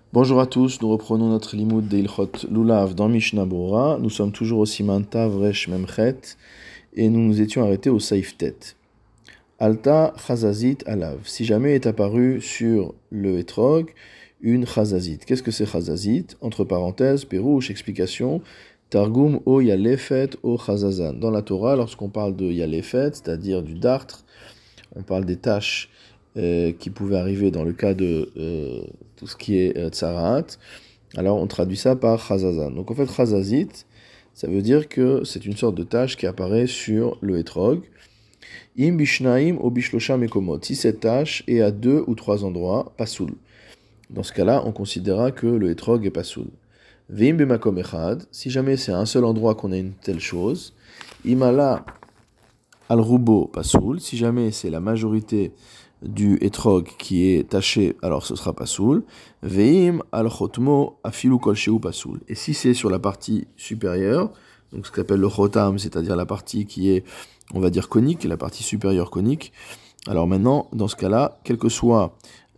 Bonjour à tous, nous reprenons notre limoud de Ilchot Lulav dans Mishnah Bora. Nous sommes toujours au Siman Tav Resh Memchet et nous nous étions arrêtés au Saif Tet. Alta Chazazit Alav. Si jamais est apparu sur le Etrog une Chazazit. Qu'est-ce que c'est Chazazit? Entre parenthèses, Pérouche, explication. Targum o Yalefet o Chazazan. Dans la Torah, lorsqu'on parle de Yalefet, c'est-à-dire du dartre, on parle des tâches qui pouvaient arriver dans le cas de tout ce qui est tsaraat, alors on traduit ça par chazazan. Donc en fait, chazazit, ça veut dire que c'est une sorte de tâche qui apparaît sur le etrog. Im bishnaim o bishlosha mekomot. Si cette tâche est à 2 ou 3 endroits, pasoul. Dans ce cas-là, on considérera que le etrog est pasoul. Veim bemakom echad. Si jamais c'est à un seul endroit qu'on a une telle chose, imala al rubo pasoul. Si jamais c'est la majorité du etrog qui est taché, alors ce sera pasoul. Veim al chotmo afilu kol sheu pasoul. Et si c'est sur la partie supérieure, donc ce qu'on appelle le chotam, c'est-à-dire la partie qui est, on va dire, conique, la partie supérieure conique, alors maintenant, dans ce cas-là, quelle que soit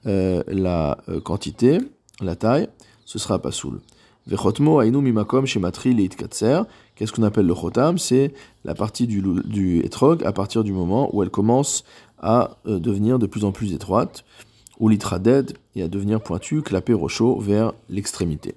la quantité, la taille, ce sera pasoul. Vechotmo ainu mimakom shematri leitkatser. Qu'est-ce qu'on appelle le chotam? C'est la partie du etrog à partir du moment où elle commence à devenir de plus en plus étroite, ou l'itraded, et à devenir pointue, clapé rochaud vers l'extrémité.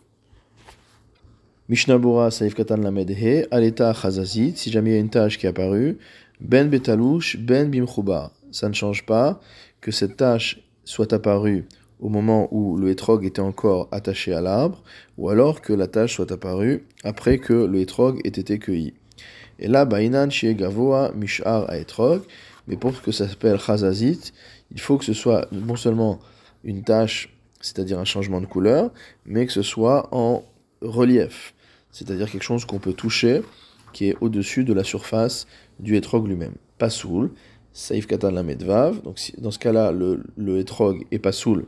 Mishnah Bora Saif Katan Lamed He, Aleta Chazazit, si jamais il y a une tâche qui est apparue, Ben Betalouche, Ben Bimchouba. Ça ne change pas que cette tâche soit apparue au moment où le etrog était encore attaché à l'arbre, ou alors que la tâche soit apparue après que le etrog ait été cueilli. Et là, Bainan Shie Gavoa Mishar a etrog, mais pour que ça s'appelle Chazazit, il faut que ce soit non seulement une tache, c'est-à-dire un changement de couleur, mais que ce soit en relief, c'est-à-dire quelque chose qu'on peut toucher, qui est au-dessus de la surface du etrog lui-même. Pasoul, Saif Katan la Medvav, donc dans ce cas-là, le etrog est pasoul.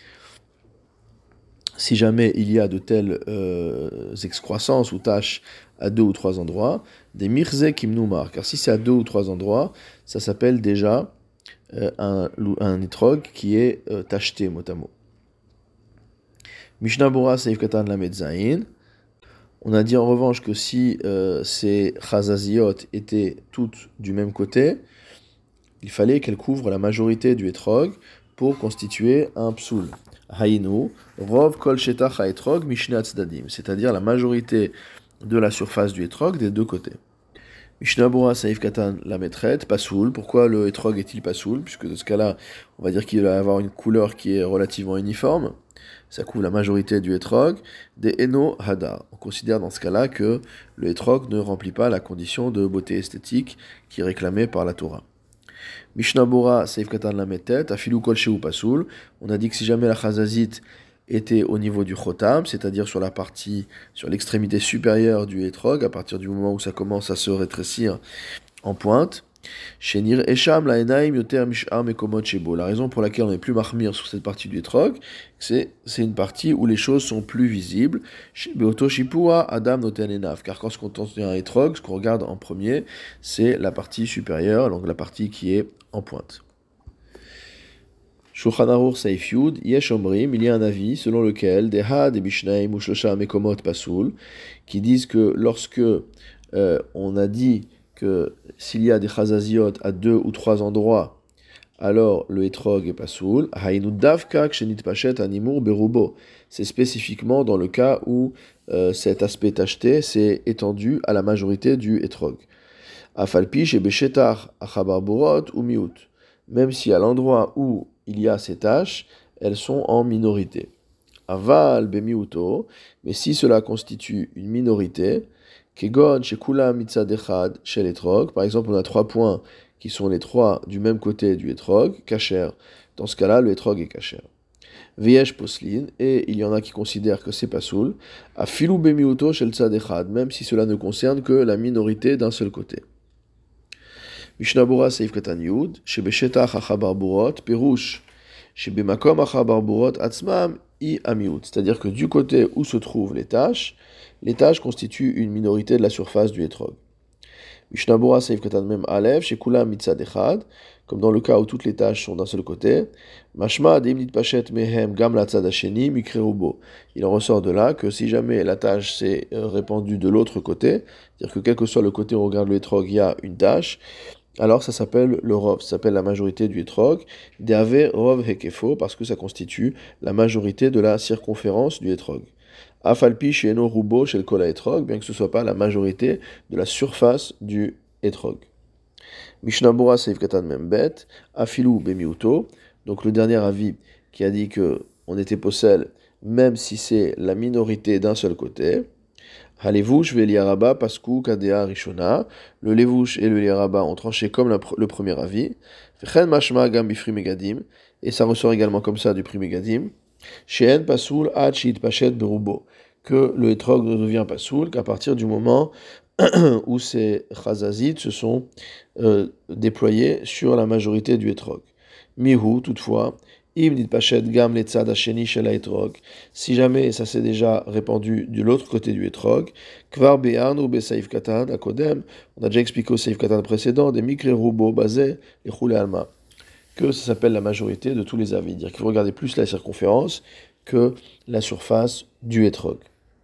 Si jamais il y a de telles excroissances ou taches à 2 ou 3 endroits, des mirze kimnoumar, car si c'est à 2 ou 3 endroits, ça s'appelle déjà un etrog qui est tacheté mot à mot. Mishnah Bora Seif Katan Lamed Zayin. On a dit en revanche que si ces chazaziot étaient toutes du même côté, il fallait qu'elles couvrent la majorité du etrog pour constituer un psoul. Haïnu, Rov Kol Shetach HaEtrog Mishneh Tzdadim, c'est-à-dire la majorité de la surface du etrog des deux côtés. Mishnah Bora Saif Katan la Metret, Pasoul. Pourquoi le etrog est-il Pasoul? Puisque dans ce cas-là, on va dire qu'il va avoir une couleur qui est relativement uniforme. Ça couvre la majorité du etrog. Des Eno Hadar. On considère dans ce cas-là que le etrog ne remplit pas la condition de beauté esthétique qui est réclamée par la Torah. Mishnah Bora Seif Katan la Metet, Afilu Kol Sheu Pasoul. On a dit que si jamais la chazazit était au niveau du chotam, c'est-à-dire sur l'extrémité supérieure du etrog, à partir du moment où ça commence à se rétrécir en pointe. Shenir Esham la Enaim Yoter Mishar Mekomot Shebo. La raison pour laquelle on n'est plus marmir sur cette partie du etrog, c'est une partie où les choses sont plus visibles. Beoto Shipua Adam Noten Enav. Car quand on tente un etrog, ce qu'on regarde en premier, c'est la partie supérieure, donc la partie qui est en pointe. Shulchan Aruch Saif Yud, Yesh Omrim, il y a un avis selon lequel des Had et Bishnaim ou Shlosha Mekomot Pasoul, qui disent que lorsque on a dit que s'il y a des chazaziot à 2 ou 3 endroits, alors le etrog est pasoul. Hainu davka kshenit pachet animur berubo. C'est spécifiquement dans le cas où cet aspect tacheté s'est étendu à la majorité du etrog. Afalpish et beshetar achabarburot ou miut. Même si à l'endroit où il y a ces taches, elles sont en minorité. Aval bemiuto, mais si cela constitue une minorité, Kegon shekula mitzad echad shel etrog, par exemple on a 3 points qui sont les 3 du même côté du etrog, kasher. Dans ce cas-là, le etrog est kasher. Veyesh poslin, et il y en a qui considèrent que c'est pasoul, afilu bemiuto shel tzad echad, même si cela ne concerne que la minorité d'un seul côté. Mishnah Bora Seif Katan Yud, Shebeshetach Achabarburot, Perush, Shebemakom Achabarburot Atzmam I Amiut. C'est-à-dire que du côté où se trouvent les tâches constituent une minorité de la surface du etrog. Mishnah Bora Seif Katan Mem Alev, Shekula Mitzad Echad, comme dans le cas où toutes les tâches sont d'un seul côté. Mashma deimnit pachet mehem gam la tzad hasheni mikre rubo. Il en ressort de là que si jamais la tâche s'est répandue de l'autre côté, c'est-à-dire que quel que soit le côté où on regarde le etrog, il y a une tâche, alors ça s'appelle le rov, ça s'appelle la majorité du etrog, d'ave rov hekefo, parce que ça constitue la majorité de la circonférence du etrog. Afalpi sheno rubo shel kol etrog, bien que ce soit pas la majorité de la surface du etrog. Mishnah Bora Seif Katan Membet, Afilou Bemiuto, donc le dernier avis qui a dit que on était possède même si c'est la minorité d'un seul côté. Halevouch Veliaraba Pasku Kadea Rishona, le Levouch et le Liaraba ont tranché comme le premier avis. Fechen Mashma Gam Bifri Megadim, et ça ressort également comme ça du Pri Megadim. Sheen Pasoul Hachit Pachet Berubo, que le etrog ne devient pasoul qu'à partir du moment où ces chazazites se sont déployés sur la majorité du etrog. Mihu, toutefois, im pachet gam letzad hasheni shel etrog, si jamais ça s'est déjà répandu de l'autre côté du etrog, kvar be'an ou be'saif katan akodem, on a déjà expliqué au saif katan précédent, des mikre rubo basé et choule alma, que ça s'appelle la majorité de tous les avis, dire qu'il faut regarder plus la circonférence que la surface du etrog.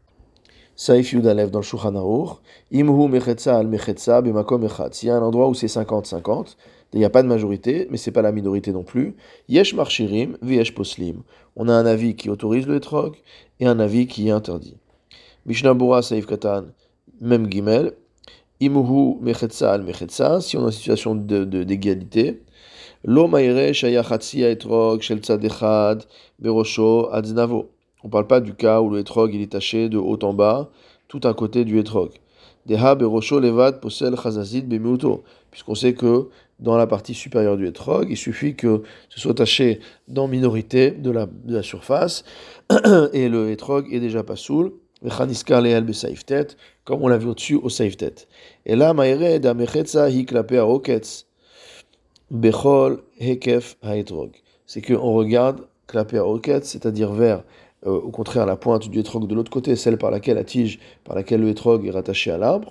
Saif Yudalev dans le Shulchan Aruch, Imhu Mechetza al Mechetza b'makom echad. S'il y a un endroit où c'est 50-50, il n'y a pas de majorité, mais c'est pas la minorité non plus. Yesh marchirim, v'yesh poslim. On a un avis qui autorise le etrog et un avis qui est interdit. Mishnah Bura Saif Katan, même Gimel, Imhu Mechetza al Mechetza, si on est en situation d'égalité. Lo ma'ire shayachatzi etrog shel tzad echad berosho adznavo. On ne parle pas du cas où le etrog il est taché de haut en bas, tout un côté du etrog. Deha berosho levad posel chazazit bemiuto, puisqu'on sait que dans la partie supérieure du etrog, il suffit que ce soit taché dans minorité de la surface, et le etrog est déjà pas soul. Vechaniskar lehel besaiftet, comme on l'a vu au-dessus au saiftet. Et là, ma'ire da mechetza hi klape aroketz bechol hekef haetrog. C'est qu'on regarde klape aroketz, c'est-à-dire vers au contraire la pointe du etrog de l'autre côté, celle par laquelle la tige, par laquelle le etrog est rattaché à l'arbre.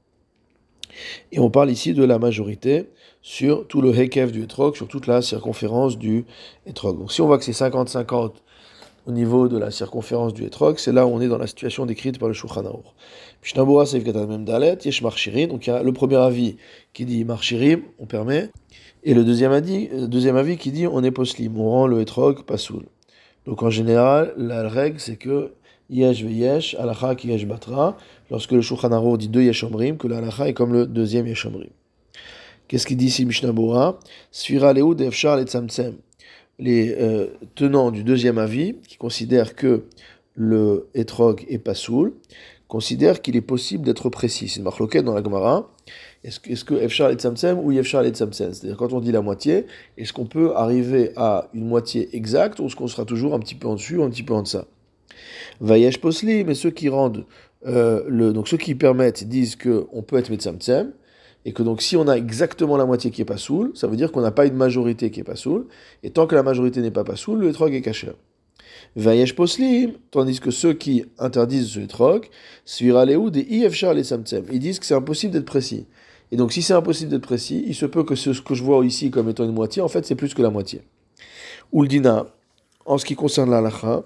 Et on parle ici de la majorité sur tout le hekef du etrog, sur toute la circonférence du etrog. Donc si on voit que c'est 50-50 au niveau de la circonférence du etrog, c'est là où on est dans la situation décrite par le Shulchan Aruch. Mishnah Bura Seif Katan Mem Dalet, Yesh Marchirim, donc il y a le premier avis qui dit Marchirim, on permet, et le deuxième avis qui dit on est poslim, on rend le etrog pasoul. Donc en général, la règle c'est que yesh veyesh, halacha ki yesh batra, lorsque le Shulchan Aruch dit deux yesh omrim, que la halacha est comme le deuxième yesh omrim. Qu'est-ce qu'il dit ici Mishnah Bura? Sfira leud efshar letzamtzem. Les tenants du deuxième avis, qui considèrent que le etrog est pasoul, considèrent qu'il est possible d'être précis. C'est une marloquette dans la Gemara. Est-ce que efshar letzamtzem ou yefshar letzamtzem? C'est-à-dire quand on dit la moitié, est-ce qu'on peut arriver à une moitié exacte ou est-ce qu'on sera toujours un petit peu en dessus ou un petit peu en deçà? Vayesh posli, mais ceux qui rendent donc ceux qui permettent disent qu'on peut être metzamtzem, et que donc si on a exactement la moitié qui est pas soul, ça veut dire qu'on n'a pas une majorité qui est pas soul, et tant que la majorité n'est pas soul, le etrog est caché. Vayesh poslim, tandis que ceux qui interdisent ce etrog, svira leoud et ifshar les samtsem, ils disent que c'est impossible d'être précis. Et donc si c'est impossible d'être précis, il se peut que ce que je vois ici comme étant une moitié, en fait c'est plus que la moitié. Uldina, en ce qui concerne la halacha,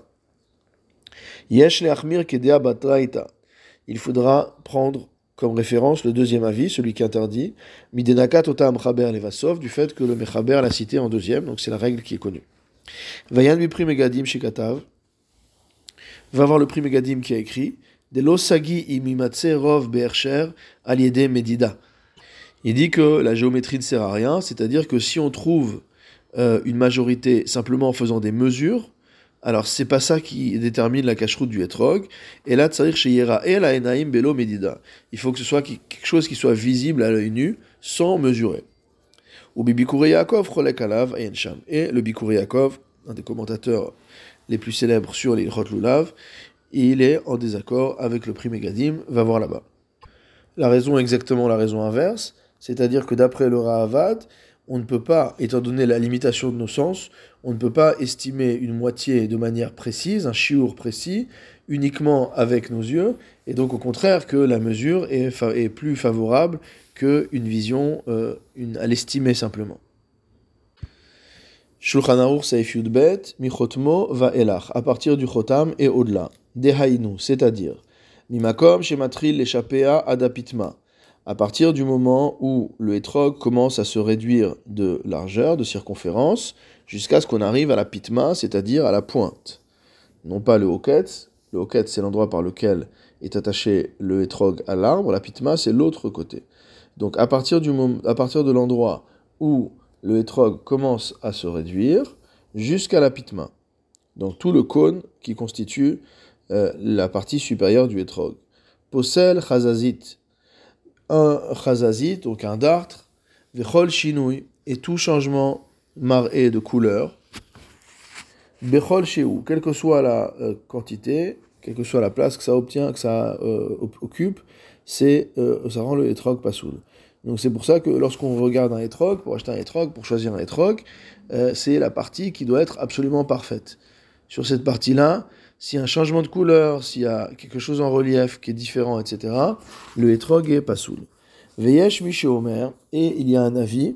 yesh leachmir kedea batraita, il faudra prendre comme référence le deuxième avis, celui qui interdit, Midenakat Ota Mechaber Levasov, du fait que le Mechaber l'a cité en deuxième, donc c'est la règle qui est connue. Vayan Bipri Megadim Shekatav, va voir le Pri Megadim qui a écrit, De l'osagi imimatse rov be'ersher aliede medida. Il dit que la géométrie ne sert à rien, c'est-à-dire que si on trouve une majorité simplement en faisant des mesures, alors c'est pas ça qui détermine la cacheroute du etrog. Et là, tsarir sheyera el haenaim belo medida. Il faut que ce soit quelque chose qui soit visible à l'œil nu, sans mesurer. Ou Bibikurei Yaakov cholek alav ayen sham. Et le Bikurei Yaakov, un des commentateurs les plus célèbres sur les Ilchot Lulav, il est en désaccord avec le Pri Megadim, va voir là-bas. La raison est exactement la raison inverse, c'est-à-dire que d'après le Ra'avad, on ne peut pas, étant donné la limitation de nos sens, on ne peut pas estimer une moitié de manière précise, un chiour précis, uniquement avec nos yeux, et donc au contraire que la mesure est plus favorable qu'une vision à l'estimer simplement. Shulchan Aruch Seif Yudbet, Michotmo va elach, à partir du chotam et au-delà. Dehainu, c'est-à-dire, Mimakom shematril leshapea adapitma, à partir du moment où le hétrog commence à se réduire de largeur, de circonférence, jusqu'à ce qu'on arrive à la pitma, c'est-à-dire à la pointe. Non pas le hoket. Le hoket, c'est l'endroit par lequel est attaché le hétrog à l'arbre. La pitma, c'est l'autre côté. Donc à partir de l'endroit où le hétrog commence à se réduire jusqu'à la pitma. Donc tout le cône qui constitue la partie supérieure du hétrog. Posel chazazit, un chazazit, donc un dartre, vechol shinui, et tout changement maré de couleur, bechol shehu, quelle que soit la quantité, quelle que soit la place que ça obtient, que ça occupe, ça rend le hétrog pasoul. Donc c'est pour ça que lorsqu'on regarde un hétrog, pour acheter un hétrog, pour choisir un hétrog, c'est la partie qui doit être absolument parfaite. Sur cette partie-là, s'il y a un changement de couleur, s'il y a quelque chose en relief qui est différent, etc., le hétrog est pasoul. Veyesh Mishe Omer, et il y a un avis,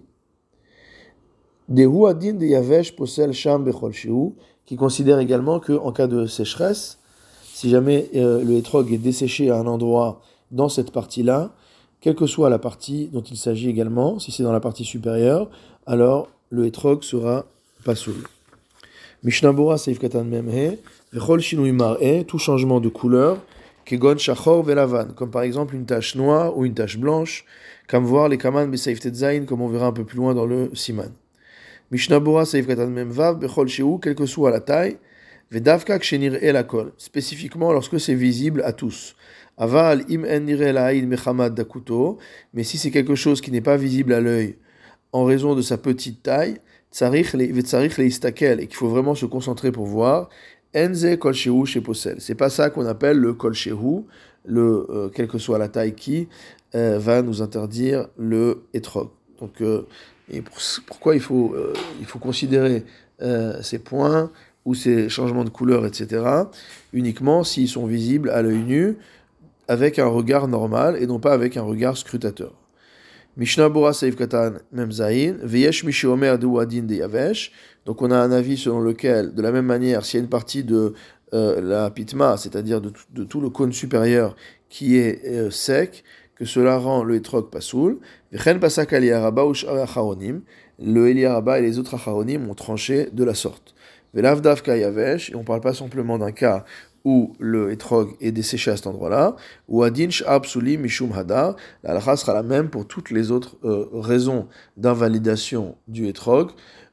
Dehu adin de yavesh posel sham bechol shehu, qui considère également qu'en cas de sécheresse, si jamais le hétrog est desséché à un endroit dans cette partie-là, quelle que soit la partie dont il s'agit également, si c'est dans la partie supérieure, alors le hétrog sera pasoul. Mishnah Bora Seif Katan Memhe, Vechol Shinui Mar'e, tout changement de couleur, Kegon Shachor Velavan, comme par exemple une tache noire ou une tache blanche, comme voir les Kaman Beseif Tetzain, comme on verra un peu plus loin dans le Siman. Mishnah Bora Seif Katan Memvav, Bechol Shehu, quelle que soit la taille, Vedavka Kshenir Elakol, spécifiquement lorsque c'est visible à tous. Aval im en nire la'aïn mechamad dakuto, mais si c'est quelque chose qui n'est pas visible à l'œil en raison de sa petite taille, tsarich leistakel, et qu'il faut vraiment se concentrer pour voir, enze kol shehu chez Posel. C'est pas ça qu'on appelle le kol shehu, quelle que soit la taille qui va nous interdire le hétrog. Donc, pourquoi il faut considérer ces points ou ces changements de couleur, etc., uniquement s'ils sont visibles à l'œil nu, avec un regard normal et non pas avec un regard scrutateur. Mishnah Bora Seif Katan Memzaïn, Veyesh Mishi Omer de Wadin de Yavesh. Donc on a un avis selon lequel, de la même manière, s'il y a une partie de la pitma, c'est-à-dire de tout le cône supérieur qui est sec, que cela rend le hétrog pasoul. Vechen Pasak Eliaraba ou Acharonim. Le Eliaraba et les autres Acharonim ont tranché de la sorte. Velav Davka Yavesh, et on ne parle pas simplement d'un cas où le hétrog est desséché à cet endroit-là, ou adin sh'ab suli mishum hadar, la halakha sera la même pour toutes les autres raisons d'invalidation du hétrog,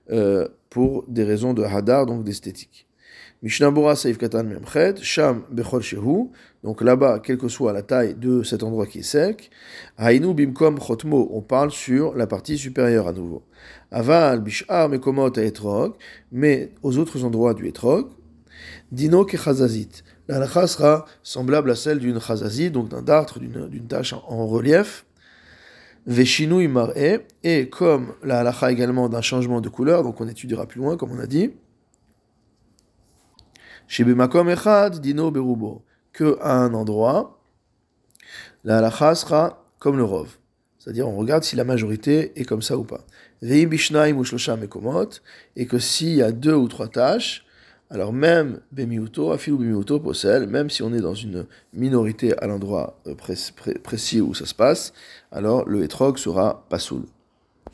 pour des raisons de hadar, donc d'esthétique. Mishnah Bora Seif Katan Memchet, Sham Bechol Shehu, donc là-bas, quelle que soit la taille de cet endroit qui est sec, Hainu Bimkom Chotmo, on parle sur la partie supérieure à nouveau. Aval Bishar Mekomot Etrog, mais aux autres endroits du hétrog, Dino ke chazazit. La halakha sera semblable à celle d'une chazazit, donc d'un dartre, d'une tache en relief. Veshinui mar'e, et comme la halakha également d'un changement de couleur, donc on étudiera plus loin, comme on a dit. Shebemakom echad dino berubo, que à un endroit, la halakha sera comme le rov. C'est-à-dire, on regarde si la majorité est comme ça ou pas. Veim bishnaim ou shlosha mekomot, et que s'il y a 2 ou 3 taches, alors même bemiuto, afil ou bemiuto posel, même si on est dans une minorité à l'endroit précis où ça se passe, alors le hétrog sera pasoul.